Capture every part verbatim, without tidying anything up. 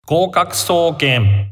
合格総研。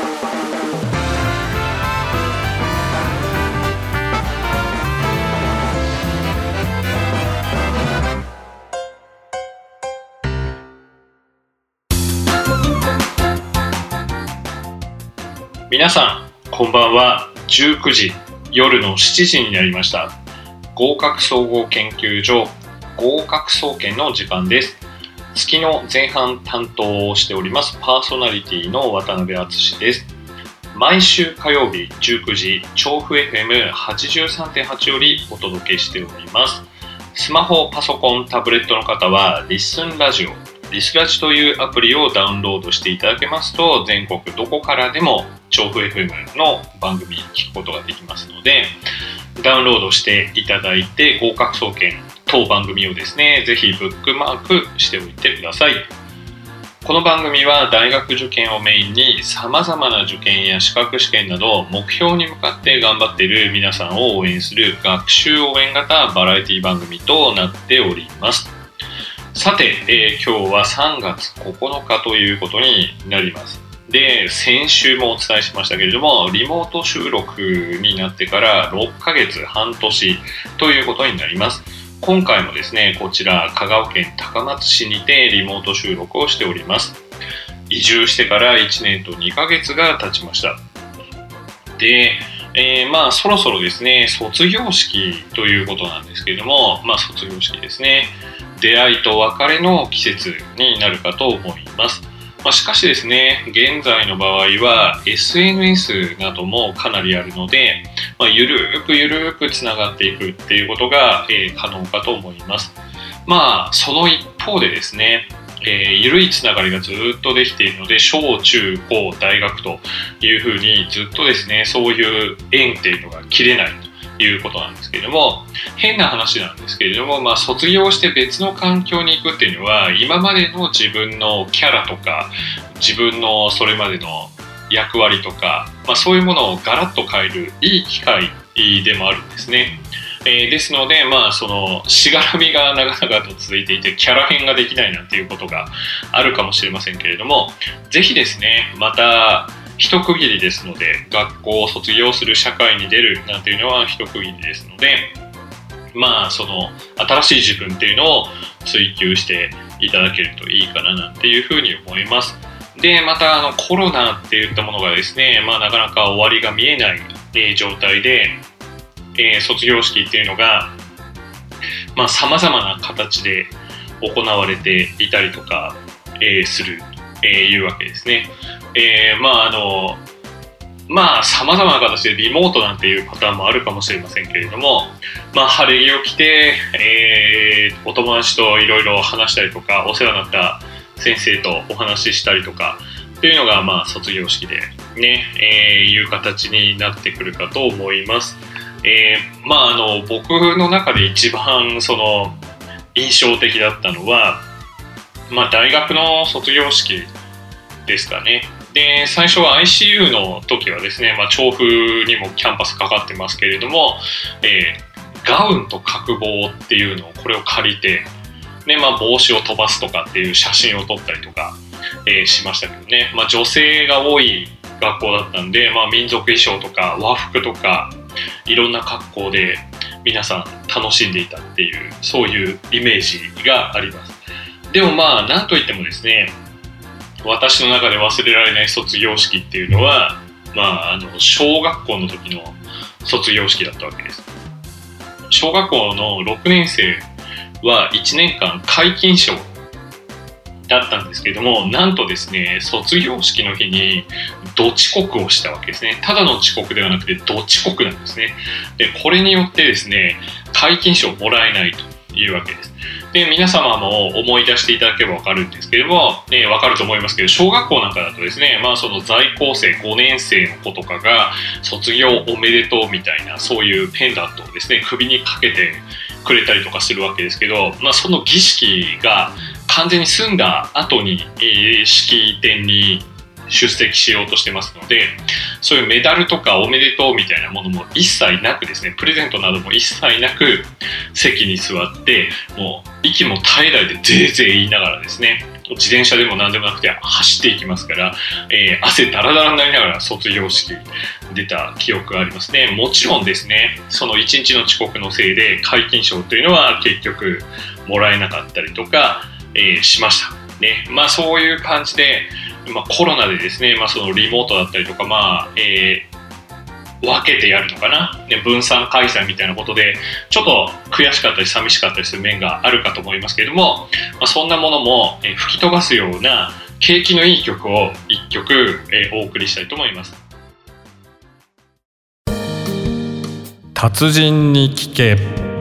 皆さんこんばんは。じゅうくじ、夜のしちじになりました。合格総合研究所合格総研の時間です。月の前半担当をしておりますパーソナリティの渡辺敦です。毎週火曜日じゅうくじ、調布 エフエムはちじゅうさんてんはち よりお届けしております。スマホ、パソコン、タブレットの方はリッスンラジオ、リスラジというアプリをダウンロードしていただけますと、全国どこからでも調布 エフエム の番組聞くことができますので、ダウンロードしていただいて合格総研当番組をですね、ぜひブックマークしておいてください。この番組は大学受験をメインに様々な受験や資格試験など目標に向かって頑張っている皆さんを応援する学習応援型バラエティ番組となっております。さて、えー、今日はさんがつここのかということになります。で、先週もお伝えしましたけれども、リモート収録になってからろっかげつ、半年ということになります。今回もですね、こちら香川県高松市にてリモート収録をしております。移住してからいちねんとにかげつが経ちました。で、えー、まあそろそろですね、卒業式ということなんですけれども、まあ卒業式ですね、出会いと別れの季節になるかと思います。まあ、しかしですね、現在の場合は エスエヌエス などもかなりあるので、まあ、ゆるーくゆるーくつながっていくっていうことが、えー、可能かと思います。まあその一方でですね、えー、ゆるいつながりがずっとできているので、小中高大学というふうにずっとですね、そういう縁っていうのが切れないということなんですけれども、変な話なんですけれども、まあ、卒業して別の環境に行くっていうのは、今までの自分のキャラとか自分のそれまでの役割とか、まあ、そういうものをガラッと変えるいい機会でもあるんですね。えー、ですので、まあ、そのしがらみが長々と続いていてキャラ変ができないなんていうことがあるかもしれませんけれども、ぜひですね、また一区切りですので、学校を卒業する社会に出るなんていうのは一区切りですので、まあその新しい自分っていうのを追求していただけるといいかななんていうふうに思います。で、またあのコロナっていったものがですね、まあなかなか終わりが見えない、えー、状態で、えー、卒業式っていうのがまあ様々な形で行われていたりとか、えー、する、えー、いうわけですね。えー、まああのまあ様々な形でリモートなんていうパターンもあるかもしれませんけれども、まあ晴れ着を着て、えー、お友達といろいろ話したりとか、お世話になった先生とお話ししたりとかっていうのがまあ卒業式でね、えー、いう形になってくるかと思います。えー、まああの僕の中で一番その印象的だったのは、まあ大学の卒業式ですかね。で、最初は アイシーユー の時はですね、まあ、調布にもキャンパスかかってますけれども、えー、ガウンと角帽っていうのをこれを借りて、で、まあ、帽子を飛ばすとかっていう写真を撮ったりとか、えー、しましたけどね、まあ、女性が多い学校だったんで、まあ、民族衣装とか和服とかいろんな格好で皆さん楽しんでいたっていう、そういうイメージがあります。でもまあなんといってもですね、私の中で忘れられない卒業式っていうのは、まあ、あの小学校の時の卒業式だったわけです。小学校のろくねん生はいちねんかん皆勤賞だったんですけれども、なんとですね、卒業式の日にど遅刻をしたわけですね。ただの遅刻ではなくてど遅刻なんですね。で、これによってですね、皆勤賞をもらえないというわけです。で、皆様も思い出していただければ分かるんですけれども、ね、分かると思いますけど、小学校なんかだとですね、まあその在校生ごねん生の子とかが卒業おめでとうみたいな、そういうペンダントをですね、首にかけてくれたりとかするわけですけど、まあその儀式が完全に済んだ後に、えー、式典に出席しようとしてますので、そういうメダルとかおめでとうみたいなものも一切なくですね、プレゼントなども一切なく席に座って、もう息も絶え絶えでぜーぜー言いながらですね、 自転車でも何でもなくて走っていきますから、えー、汗だらだらになりながら卒業式出た記憶がありますね。もちろんですね、そのいちにちの遅刻のせいで皆勤賞というのは結局もらえなかったりとか、えー、しましたね。まあそういう感じで、まあ、コロナでですね、まあ、そのリモートだったりとか、まあえー分けてやるのかな、ね、分散開催みたいなことでちょっと悔しかったり寂しかったりする面があるかと思いますけれども、まあ、そんなものも、えー、吹き飛ばすような景気のいい曲をいっきょく、えー、お送りしたいと思います。 達人に聞け。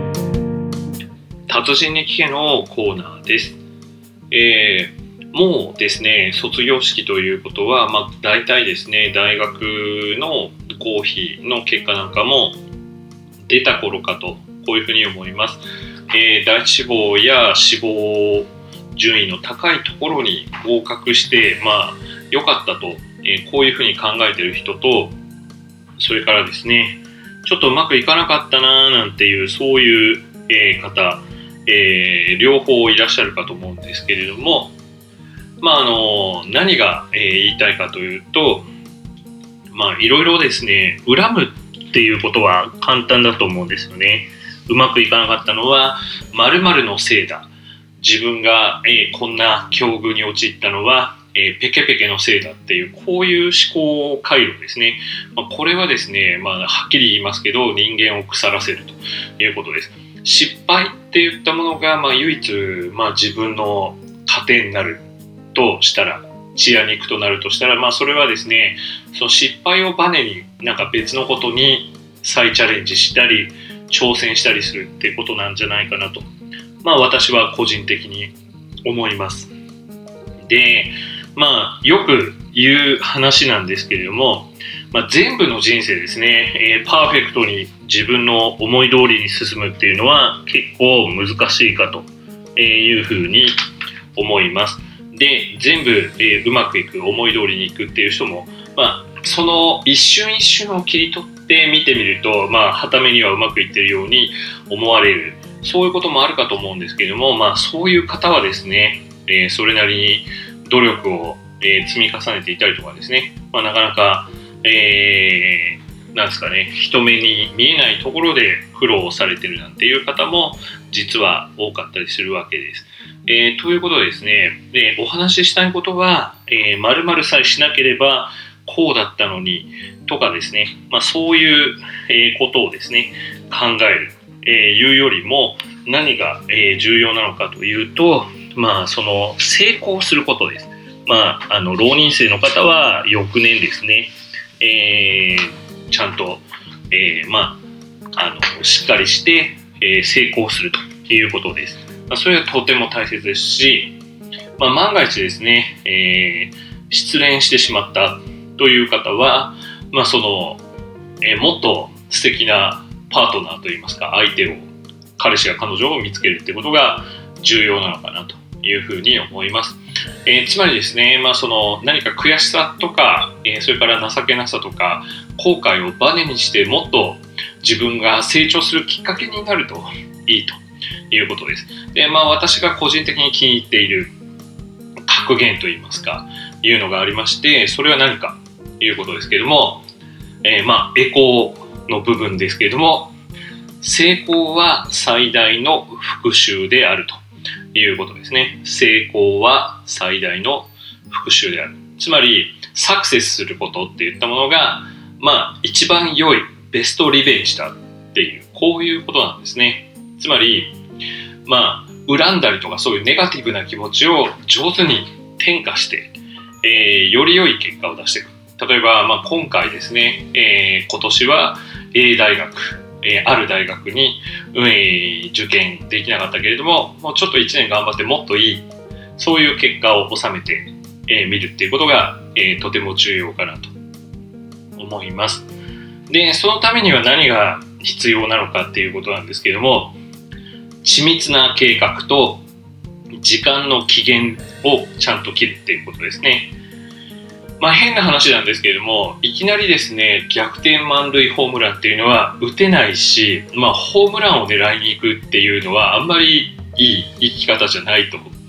達人に聞けのコーナーです。えーもうですね、卒業式ということは、まあ、大体ですね、大学の合否の結果なんかも出た頃かと、こういうふうに思います。えー、第一志望や志望順位の高いところに合格して、まあ、良かったと、えー、こういうふうに考えている人と、それからですね、ちょっとうまくいかなかったななんていう、そういう、えー、方、えー、両方いらっしゃるかと思うんですけれども、まあ、あの何が、えー、言いたいかというと、まあいろいろですね、恨むっていうことは簡単だと思うんですよね。うまくいかなかったのは〇〇のせいだ、自分が、えー、こんな境遇に陥ったのは、えー、ペケペケのせいだっていう、こういう思考回路ですね。まあ、これはですね、まあ、はっきり言いますけど、人間を腐らせるということです。失敗っていったものが、まあ、唯一、まあ、自分の糧になるとしたら、血や肉となるとしたら、まあ、それはですね、その失敗をバネになんか別のことに再チャレンジしたり挑戦したりするっていうことなんじゃないかなと、まあ、私は個人的に思います。で、まあ、よく言う話なんですけれども、まあ、全部の人生ですね、えー、パーフェクトに自分の思い通りに進むっていうのは結構難しいかというふうに思います。で、全部、えー、うまくいく、思い通りにいくっていう人も、まあ、その一瞬一瞬を切り取って見てみると、まあ、はためにはうまくいっているように思われる、そういうこともあるかと思うんですけれども、まあ、そういう方はですね、えー、それなりに努力を、えー、積み重ねていたりとかですね、まあ、なかなか、えー、なんですかね、人目に見えないところで苦労をされてるなんていう方も実は多かったりするわけです。えー、ということでですね、でお話ししたいことは、えー、〇〇さえしなければこうだったのにとかですね、まあ、そういう、えー、ことをですね考える、えー、いうよりも何が、えー、重要なのかというと、まあ、その成功することです。まあ、あの浪人生の方は翌年ですね、えー、ちゃんと、えーまあ、あのしっかりして、えー、成功するということです。それがとても大切ですし、まあ、万が一ですね、えー、失恋してしまったという方は、まあそのえー、もっと素敵なパートナーといいますか、相手を、彼氏や彼女を見つけるってことが重要なのかなというふうに思います。えー、つまりですね、まあ、その何か悔しさとか、えー、それから情けなさとか後悔をバネにしてもっと自分が成長するきっかけになるといいということです。で、まあ、私が個人的に気に入っている格言といいますかいうのがありまして、それは何かということですけれども、えー、まあエコーの部分ですけれども、成功は最大の復讐であるということですね。成功は最大の復讐である。つまりサクセスすることっていったものが、まあ一番良いベストリベンジだっていう、こういうことなんですね。つまりまあ恨んだりとかそういうネガティブな気持ちを上手に転化して、えー、より良い結果を出していく。例えば、まあ、今回ですね、えー、今年は A 大学、えー、ある大学に、えー、受験できなかったけれども、もうちょっといちねん頑張ってもっといい、そういう結果を収めてみ、えー、るっていうことが、えー、とても重要かなと思います。で、そのためには何が必要なのかっていうことなんですけれども、緻密な計画と時間の期限をちゃんと切るっていうことですね。まあ変な話なんですけれども、いきなりですね逆転満塁ホームランっていうのは打てないし、まあホームランを狙いに行くっていうのはあんまりいい生き方じゃないと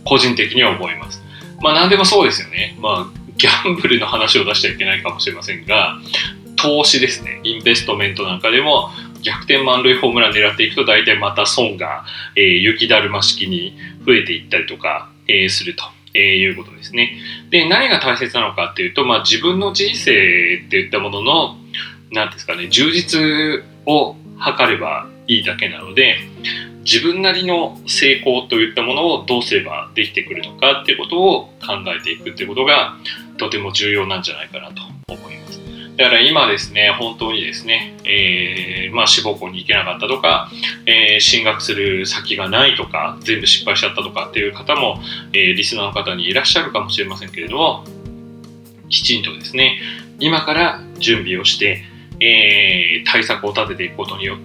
個人的には思います。まあ何でもそうですよね。まあギャンブルの話を出しちゃいけないかもしれませんが、投資ですね、インベストメントなんかでも逆転満塁ホームラン狙っていくと大体また損が、えー、雪だるま式に増えていったりとか、えー、すると、えー、いうことですね。で、何が大切なのかっていうと、まあ、自分の人生っていったものの何ですかね、充実を図ればいいだけなので、自分なりの成功といったものをどうすればできてくるのかっていうことを考えていくっていうことがとても重要なんじゃないかなと思います。だから今ですね、本当にですね、えー、まあ志望校に行けなかったとか、えー、進学する先がないとか、全部失敗しちゃったとかっていう方も、えー、リスナーの方にいらっしゃるかもしれませんけれども、きちんとですね、今から準備をして、えー、対策を立てていくことによって、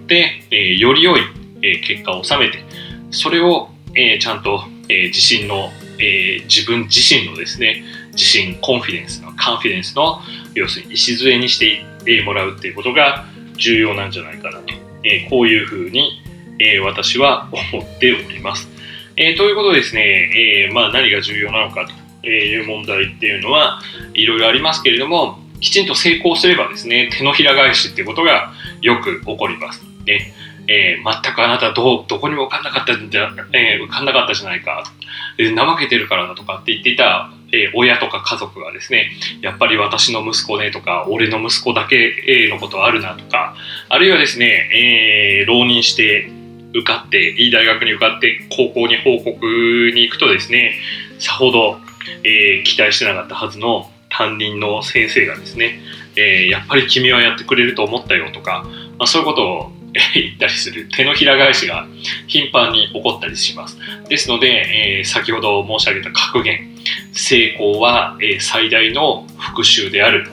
えー、より良い、えー、結果を収めて、それを、えー、ちゃんと、えー、自信の、えー、自分自身のですね、自信、コンフィデンスの、カンフィデンスの、要するに礎にしてもらうっていうことが重要なんじゃないかなと、えー、こういうふうに、えー、私は思っております。えー、ということでですね、えーまあ、何が重要なのかという問題っていうのはいろいろありますけれども、きちんと成功すればですね、手のひら返しっていうことがよく起こります。で、えー、全くあなたどうどこにも受かんなかったんじゃ、えー、受かんなかったじゃないか、えー、怠けてるからだとかって言っていた、えー、親とか家族がですね、やっぱり私の息子ねとか、俺の息子だけのことあるなとか、あるいはですね、えー、浪人して受かっていい大学に受かって高校に報告に行くとですね、さほど、えー、期待してなかったはずの担任の先生がですね、えー、やっぱり君はやってくれると思ったよとか、まあ、そういうことを言ったりする手のひら返しが頻繁に起こったりします。ですので、えー、先ほど申し上げた格言、成功は、えー、最大の復讐である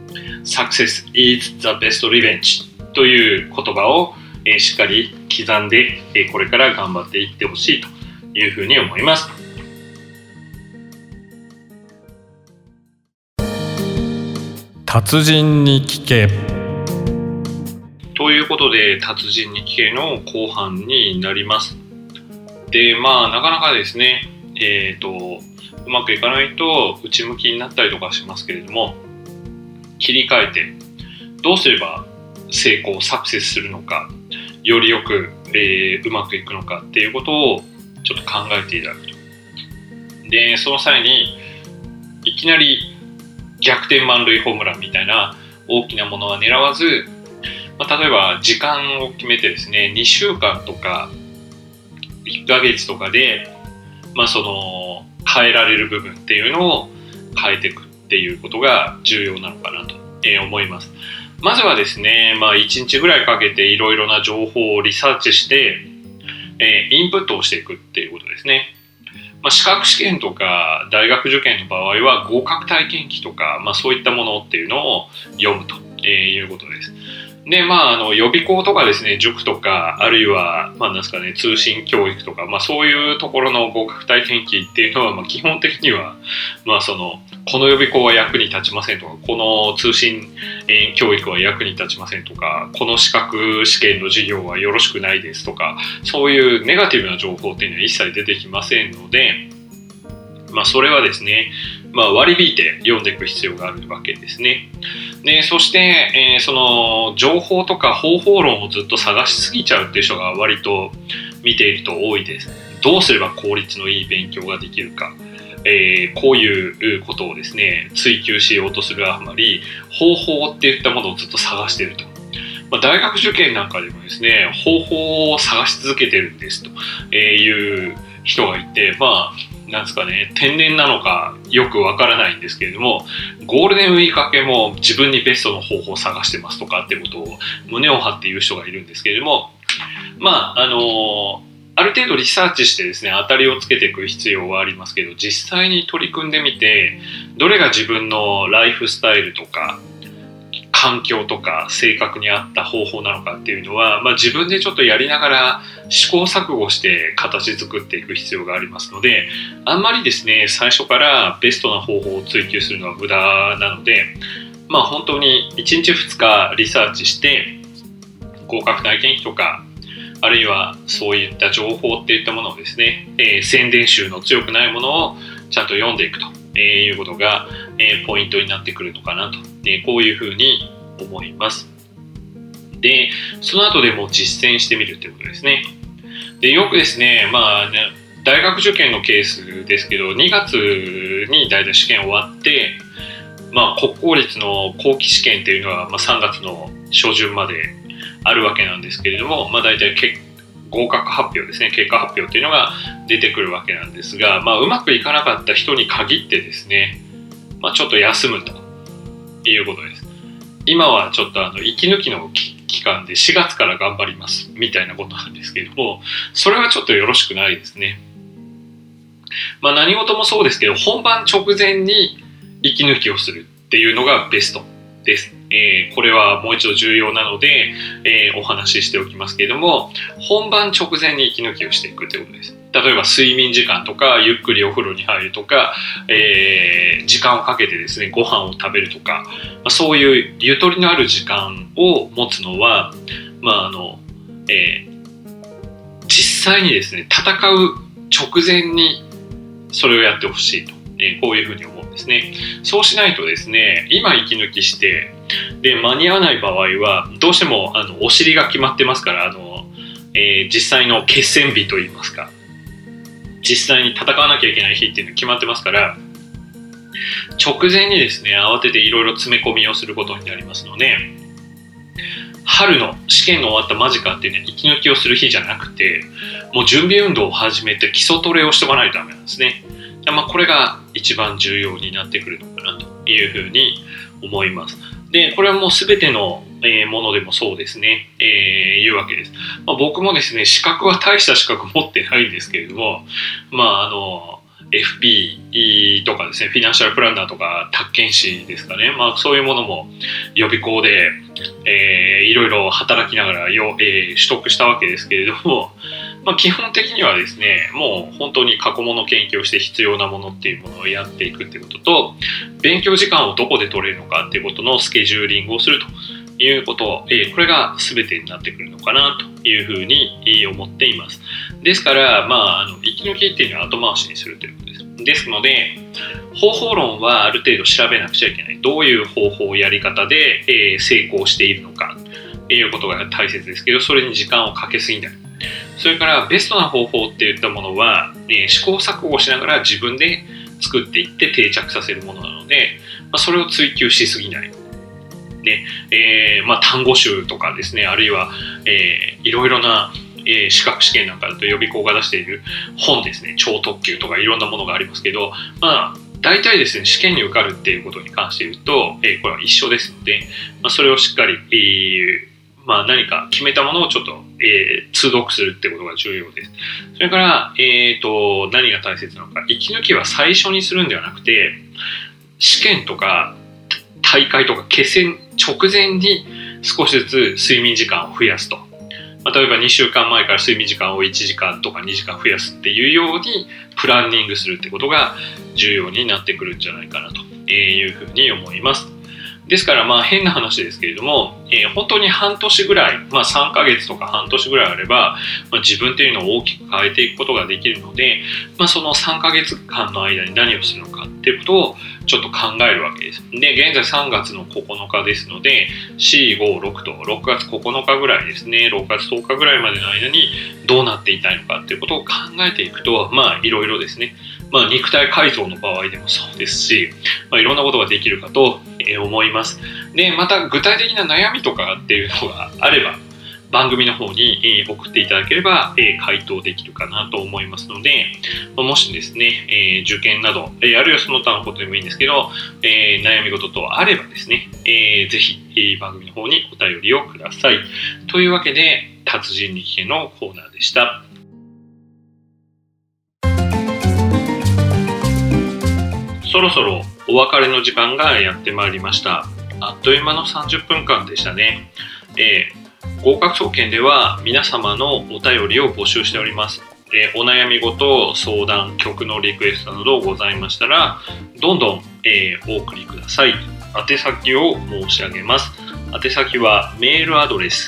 Success is the best revenge という言葉を、えー、しっかり刻んで、えー、これから頑張っていってほしいというふうに思います。 達人に聞け。 ということで、達人に聞けの後半になります。で、まあなかなかですね、えっとうまくいかないと内向きになったりとかしますけれども、切り替えてどうすれば成功サクセスするのか、よりよく、えー、うまくいくのかっていうことをちょっと考えていただくと。で、その際にいきなり逆転満塁ホームランみたいな大きなものは狙わず、まあ、例えば時間を決めてですね、にしゅうかんとかいっかげつとかで、まあ、その変えられる部分っていうのを変えていくっていうことが重要なのかなと思います。まずはですね、まあ、いちにちぐらいかけていろいろな情報をリサーチして、えー、インプットをしていくっていうことですね。まあ、資格試験とか大学受験の場合は合格体験記とか、まあ、そういったものっていうのを読むということです。で、まあ、あの予備校とかですね、塾とか、あるいは、まあ、なんですかね、通信教育とか、まあ、そういうところの合格体験記っていうのは、まあ、基本的には、まあ、そのこの予備校は役に立ちませんとか、この通信、えー、教育は役に立ちませんとか、この資格試験の授業はよろしくないですとか、そういうネガティブな情報っていうのは一切出てきませんので、まあ、それはですね、まあ、割り引いて読んでいく必要があるわけですね。で、そして、えー、その情報とか方法論をずっと探しすぎちゃうっていう人が割と見ていると多いです。どうすれば効率のいい勉強ができるか、えー、こういうことをですね追求しようとするあまり、方法っていったものをずっと探していると。まあ、大学受験なんかでもですね、方法を探し続けてるんですという人がいて、まあなんですかね、天然なのかよくわからないんですけれども、ゴールデンウィーク明けも自分にベストの方法を探してますとかってことを胸を張って言う人がいるんですけれども、まああのある程度リサーチしてですね、当たりをつけていく必要はありますけど、実際に取り組んでみて、どれが自分のライフスタイルとか環境とか性格に合った方法なのかっていうのは、まあ、自分でちょっとやりながら試行錯誤して形作っていく必要がありますので、あんまりですね最初からベストな方法を追求するのは無駄なので、まあ本当にいちにちふつかリサーチして合格体験記とか、 あるいはそういった情報っていったものをですね、えー、宣伝臭の強くないものをちゃんと読んでいくと、えー、いうことが、えー、ポイントになってくるのかなと、えー、こういうふうに思います。で、その後でも実践してみるということですね。で、よくですね、まあね、大学受験のケースですけど、にがつに大体試験終わって、まあ、国公立の後期試験っていうのは、まあ、さんがつの初旬まであるわけなんですけれども、まあ、大体結合格発表ですね、結果発表っていうのが出てくるわけなんですが、まあ、うまくいかなかった人に限ってですね、まあ、ちょっと休むということです。今はちょっとあの息抜きの期間でしがつから頑張りますみたいなことなんですけれども、それはちょっとよろしくないですね。まあ、何事もそうですけど、本番直前に息抜きをするっていうのがベストです。えー、これはもう一度重要なので、えー、お話ししておきますけれども、本番直前に息抜きをしていくということです。例えば睡眠時間とか、ゆっくりお風呂に入るとか、えー、時間をかけてですね、ご飯を食べるとか、まあ、そういうゆとりのある時間を持つのは、まああのえー、実際にですね、戦う直前にそれをやってほしいと、えー、こういうふうに思うんですね。そうしないとですね、今息抜きしてで間に合わない場合はどうしてもあのお尻が決まってますから、あの、えー、実際の決戦日といいますか、実際に戦わなきゃいけない日っていうのが決まってますから、直前にですね慌てていろいろ詰め込みをすることになりますので、春の試験の終わった間近っていうのは息抜きをする日じゃなくて、もう準備運動を始めて基礎トレをしておかないとダメなんですね。まあ、これが一番重要になってくるのかなというふうに思います。で、これはもう全てのものでもそうですね、えー、いうわけです。まあ、僕もですね、資格は大した資格持ってないんですけれども、まああの エフピー とかですね、フィナンシャルプランナーとか宅建士ですかね、まあ、そういうものも予備校で、えー、いろいろ働きながらよ、えー、取得したわけですけれども、まあ、基本的にはですね、もう本当に過去問研究をして必要なものっていうものをやっていくっていうことと、勉強時間をどこで取れるのかっていうことのスケジューリングをするということ、えー、これが全てになってくるのかなというふうに思っています。ですから、まあ、あの息抜きっていうのは後回しにするということです。ですので、方法論はある程度調べなくちゃいけない。どういう方法やり方で、えー、成功しているのかということが大切ですけど、それに時間をかけすぎない。それからベストな方法っていったものは、えー、試行錯誤しながら自分で作っていって定着させるものなので、まあ、それを追求しすぎない。で、えーまあ、単語集とかですね、あるいは、えー、いろいろな、えー、資格試験なんかだと予備校が出している本ですね、超特急とかいろんなものがありますけど、まあ大体ですね、試験に受かるっていうことに関して言うと、えー、これは一緒ですので、まあ、それをしっかり、えーまあ、何か決めたものをちょっと、えー、通読するってことが重要です。それから、えーと、何が大切なのか、息抜きは最初にするんではなくて、試験とか大会とか決戦直前に少しずつ睡眠時間を増やすと。まあ、例えばにしゅうかんまえから睡眠時間をいちじかんとかにじかん増やすっていうようにプランニングするってことが重要になってくるんじゃないかなというふうに思います。ですから、まあ変な話ですけれども、えー、本当に半年ぐらい、まあ、さんかげつとか半年ぐらいあれば、まあ、自分っていうのを大きく変えていくことができるので、まあ、そのさんかげつかんの間に何をするのかっていうことをちょっと考えるわけです。で、現在さんがつのここのかですので、よん、ご、ろくとろくがつここのかぐらいですね、ろくがつとおかぐらいまでの間にどうなっていたいのかっていうことを考えていくと、まあいろいろですね、まあ、肉体改造の場合でもそうですし、まあ、いろんなことができるかと思います。で、また具体的な悩みとかっていうのがあれば、番組の方に送っていただければ回答できるかなと思いますので、もしですね、受験など、あるいはその他のことでもいいんですけど、悩み事等あればですね、ぜひ番組の方にお便りをください。というわけで、達人に聞けのコーナーでした。そろそろお別れの時間がやってまいりました。あっという間のさんじゅっぷんかんでしたね。えー、合格総研では皆様のお便りを募集しております。えー、お悩み事、相談、曲のリクエストなどございましたら、どんどん、えー、お送りください。宛先を申し上げます。宛先はメールアドレス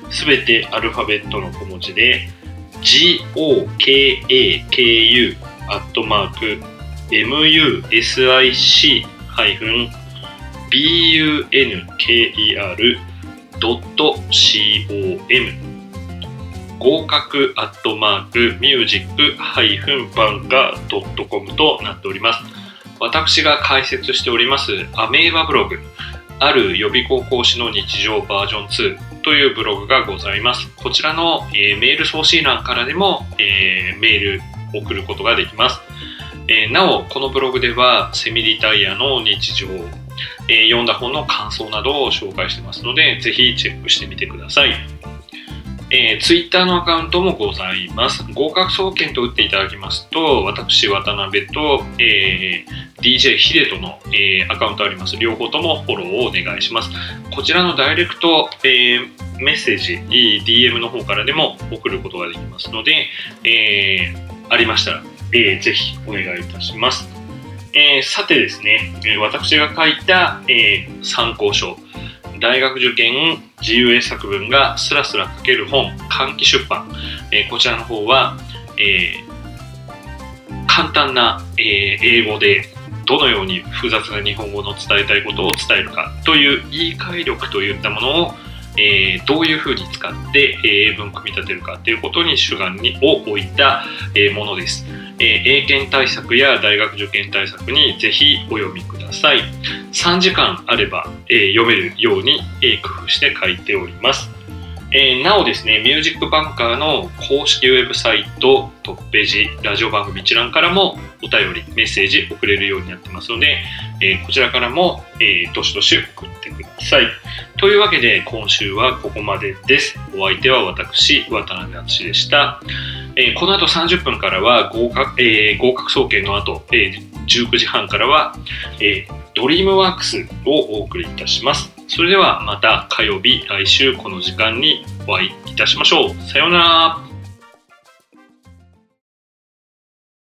すべてアルファベットの小文字で ジーオーケーエーケーユー アットマーク エムユーエスアイシー ビーユーエヌケーイーアール ドット コム合格アットマークミュージックハイフンバンカードットコムとなっております。私が解説しておりますアメーバブログ、ある予備校講師の日常バージョンツーというブログがございます。こちらの、えー、メール送信欄からでも、えー、メール送ることができます。えー、なおこのブログではセミリタイヤの日常、えー、読んだ本の感想などを紹介してますので、ぜひチェックしてみてください。えー、ツイッターのアカウントもございます。合格総研と打っていただきますと、私渡辺と、えー、ディージェー ヒデトの、えー、アカウントあります。両方ともフォローをお願いします。こちらのダイレクト、えー、メッセージ ディーエム の方からでも送ることができますので、えー、ありましたら、えー、ぜひお願いいたします。えー、さてですね、私が書いた、えー、参考書、大学受験自由英作文がスラスラ書ける本、換気出版、えー、こちらの方は、えー、簡単な、えー、英語でどのように複雑な日本語の伝えたいことを伝えるかという言い換え力といったものを、えー、どういうふうに使って英文を組み立てるかということに主眼にを置いた、えー、ものです。えー、英検対策や大学受験対策にぜひお読みください。さんじかんあれば、えー、読めるように、えー、工夫して書いております。えー、なおですね、ミュージックバンカーの公式ウェブサイトトップページ、ラジオ番組一覧からもお便り、メッセージ送れるようになってますので、えー、こちらからも、えー、どしどし送ってください。というわけで今週はここまでです。お相手は私、渡辺敦でした。えー、この後さんじゅっぷんからは合格、えー、合格総研の後、えー、じゅうくじはんからは、えー、ドリームワークスをお送りいたします。それではまた火曜日、来週この時間にお会いいたしましょう。さようなら。